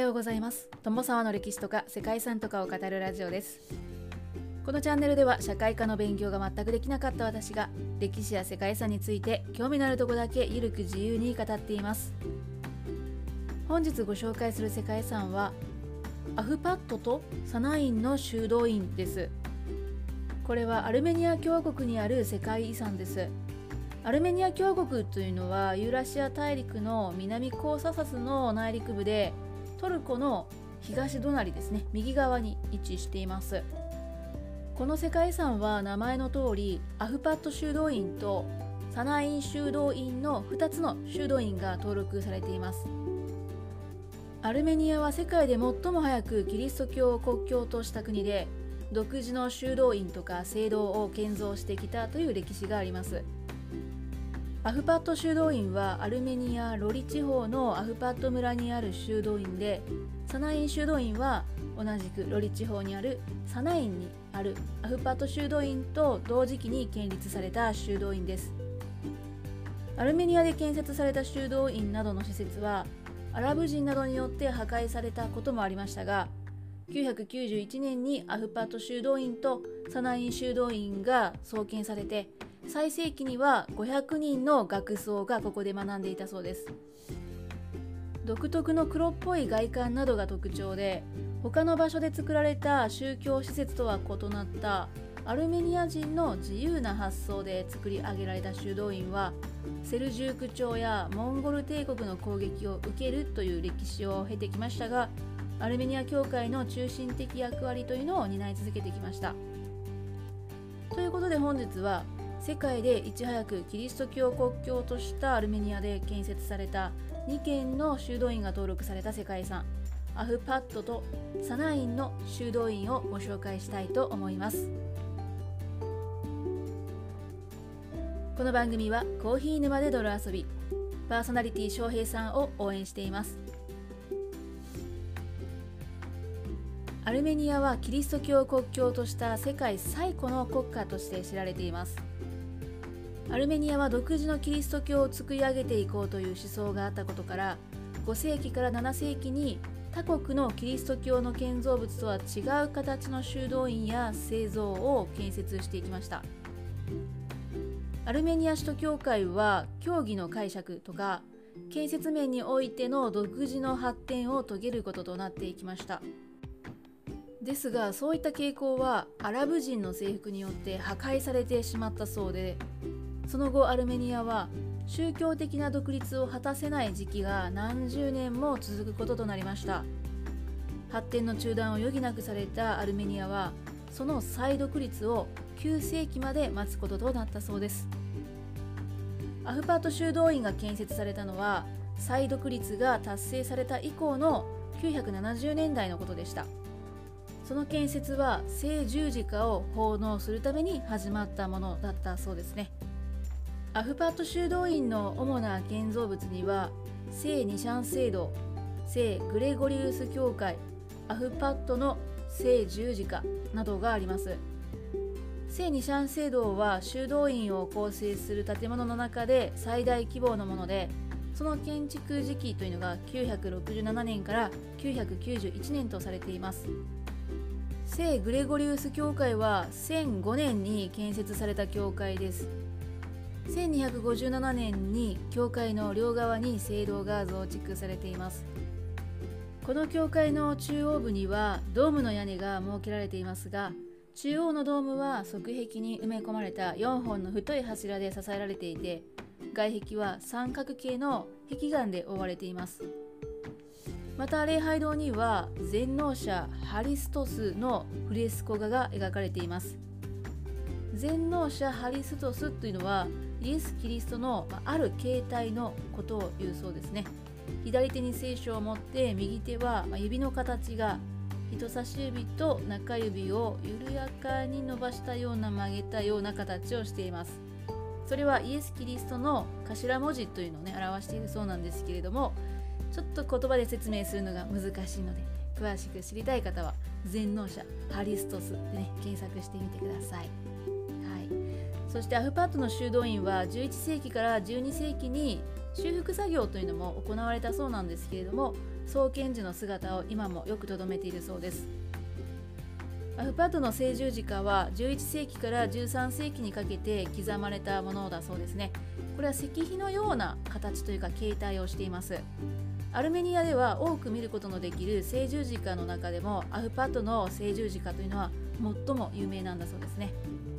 ようございます。友沢の歴史とか世界遺産とかを語るラジオです。このチャンネルでは社会科の勉強が全くできなかった私が歴史や世界遺産について興味のあるところだけゆるく自由に語っています。本日ご紹介する世界遺産はアフパットとサナインの修道院です。これはアルメニア共和国にある世界遺産です。アルメニア共和国というのはユーラシア大陸の南コーササスの内陸部でトルコの東隣ですね、右側に位置しています。この世界遺産は名前の通りアフパット修道院とサナイン修道院の2つの修道院が登録されています。アルメニアは世界で最も早くキリスト教を国教とした国で、独自の修道院とか聖堂を建造してきたという歴史があります。アフパット修道院はアルメニア・ロリ地方のアフパット村にある修道院で、サナイン修道院は同じくロリ地方にあるサナインにあるアフパット修道院と同時期に建立された修道院です。アルメニアで建設された修道院などの施設はアラブ人などによって破壊されたこともありましたが、991年にアフパット修道院とサナイン修道院が創建されて、最盛期には500人の学僧がここで学んでいたそうです。独特の黒っぽい外観などが特徴で、他の場所で作られた宗教施設とは異なったアルメニア人の自由な発想で作り上げられた修道院は、セルジューク朝やモンゴル帝国の攻撃を受けるという歴史を経てきましたが、アルメニア教会の中心的役割というのを担い続けてきました。ということで本日は、世界でいち早くキリスト教を国教としたアルメニアで建設された2軒の修道院が登録された世界遺産、アフパットとサナインの修道院をご紹介したいと思います。この番組はコーヒー沼で泥遊び、パーソナリティ翔平さんを応援しています。アルメニアはキリスト教を国教とした世界最古の国家として知られています。アルメニアは独自のキリスト教を作り上げていこうという思想があったことから、5世紀から7世紀に他国のキリスト教の建造物とは違う形の修道院や聖像を建設していきました。アルメニア首都教会は教義の解釈とか建設面においての独自の発展を遂げることとなっていきました。ですが、そういった傾向はアラブ人の征服によって破壊されてしまったそうで、その後アルメニアは宗教的な独立を果たせない時期が何十年も続くこととなりました。発展の中断を余儀なくされたアルメニアは、その再独立を9世紀まで待つこととなったそうです。アフパット修道院が建設されたのは再独立が達成された以降の970年代のことでした。その建設は聖十字架を奉納するために始まったものだったそうですね。アフパット修道院の主な建造物には聖ニシャン聖堂、聖グレゴリウス教会、アフパットの聖十字架などがあります。聖ニシャン聖堂は修道院を構成する建物の中で最大規模のもので、その建築時期というのが967年から991年とされています。聖グレゴリウス教会は1005年に建設された教会です。1257年に教会の両側に聖堂が増築されています。この教会の中央部にはドームの屋根が設けられていますが、中央のドームは側壁に埋め込まれた4本の太い柱で支えられていて、外壁は三角形の壁岩で覆われています。また礼拝堂には全能者ハリストスのフレスコ画が描かれています。全能者ハリストスというのはイエス・キリストのある形態のことを言うそうですね。左手に聖書を持って右手は指の形が人差し指と中指を緩やかに伸ばしたような曲げたような形をしています。それはイエス・キリストの頭文字というのを表しているそうなんですけれども、ちょっと言葉で説明するのが難しいので、詳しく知りたい方は全能者ハリストスで検索してみてください。そしてアフパットの修道院は11世紀から12世紀に修復作業というのも行われたそうなんですけれども、創建時の姿を今もよく留めているそうです。アフパッドの聖十字架は11世紀から13世紀にかけて刻まれたものだそうですね。これは石碑のような形というか形態をしています。アルメニアでは多く見ることのできる聖十字架の中でもアフパッドの聖十字架というのは最も有名なんだそうですね。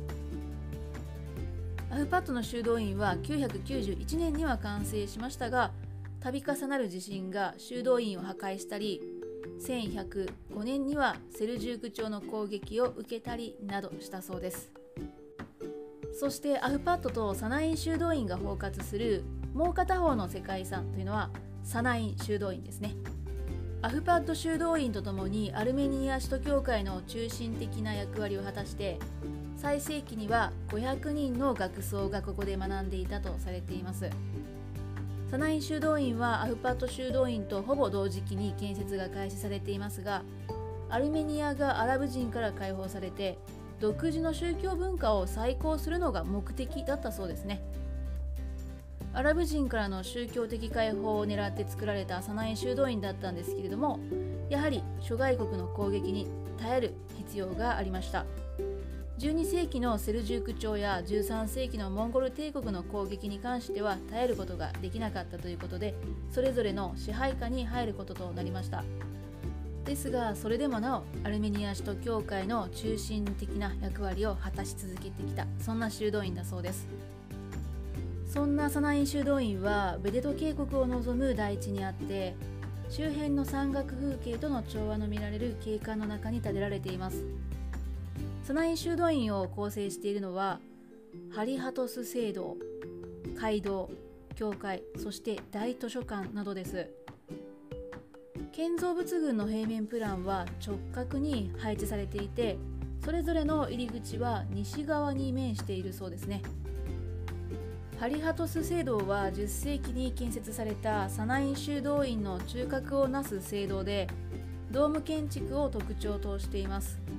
アフパッドの修道院は991年には完成しましたが、度重なる地震が修道院を破壊したり、1105年にはセルジューク朝の攻撃を受けたりなどしたそうです。そしてアフパッドとサナイン修道院が包括するもう片方の世界遺産というのはサナイン修道院ですね。アフパッド修道院とともにアルメニア首都教会の中心的な役割を果たして、最盛期には500人の学僧がここで学んでいたとされています。サナイン修道院はアフパッド修道院とほぼ同時期に建設が開始されていますが、アルメニアがアラブ人から解放されて独自の宗教文化を再興するのが目的だったそうですね。アラブ人からの宗教的解放を狙って作られたサナイン修道院だったんですけれども、やはり諸外国の攻撃に耐える必要がありました。12世紀のセルジューク朝や13世紀のモンゴル帝国の攻撃に関しては耐えることができなかったということで、それぞれの支配下に入ることとなりました。ですが、それでもなおアルメニア首都教会の中心的な役割を果たし続けてきた、そんな修道院だそうです。そんなサナイン修道院はベデト渓谷を望む大地にあって、周辺の山岳風景との調和の見られる景観の中に建てられています。サナイン修道院を構成しているのはハリハトス聖堂、街道、教会、そして大図書館などです。建造物群の平面プランは直角に配置されていて、それぞれの入り口は西側に面しているそうですね。ハリハトス聖堂は10世紀に建設されたサナイン修道院の中核をなす聖堂で、ドーム建築を特徴としています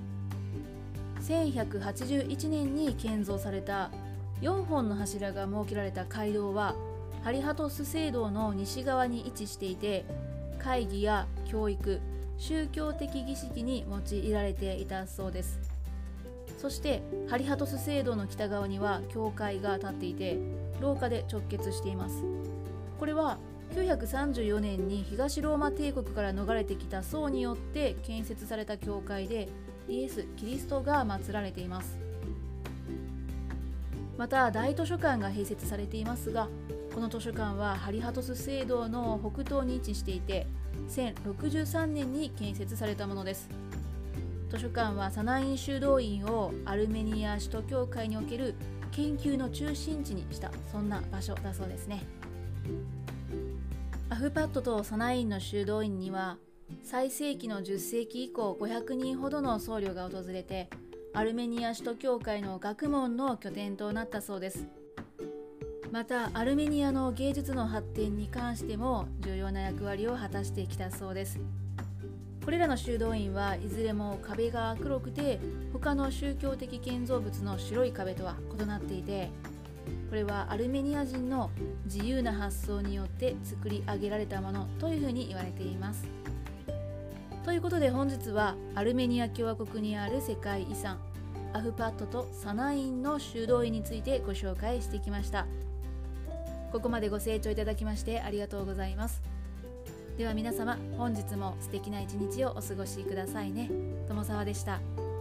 。1181年に建造された4本の柱が設けられた街道はハリハトス聖堂の西側に位置していて、会議や教育、宗教的儀式に用いられていたそうです。そしてハリハトス聖堂の北側には教会が建っていて、廊下で直結しています。これは934年に東ローマ帝国から逃れてきた僧によって建設された教会で、イエス・キリストが祀られています。また大図書館が併設されていますが、この図書館はハリハトス聖堂の北東に位置していて、1063年に建設されたものです。図書館はサナイン修道院をアルメニア首都教会における研究の中心地にした、そんな場所だそうですね。アフパッドとサナインの修道院には最盛期の10世紀以降500人ほどの僧侶が訪れて、アルメニア首都教会の学問の拠点となったそうです。またアルメニアの芸術の発展に関しても重要な役割を果たしてきたそうです。これらの修道院はいずれも壁が黒くて、他の宗教的建造物の白い壁とは異なっていて、これはアルメニア人の自由な発想によって作り上げられたものというふうに言われています。ということで本日はアルメニア共和国にある世界遺産アフパッドとサナインの修道院についてご紹介してきました。ここまでご清聴いただきましてありがとうございます。では皆様、本日も素敵な一日をお過ごしくださいね。友沢でした。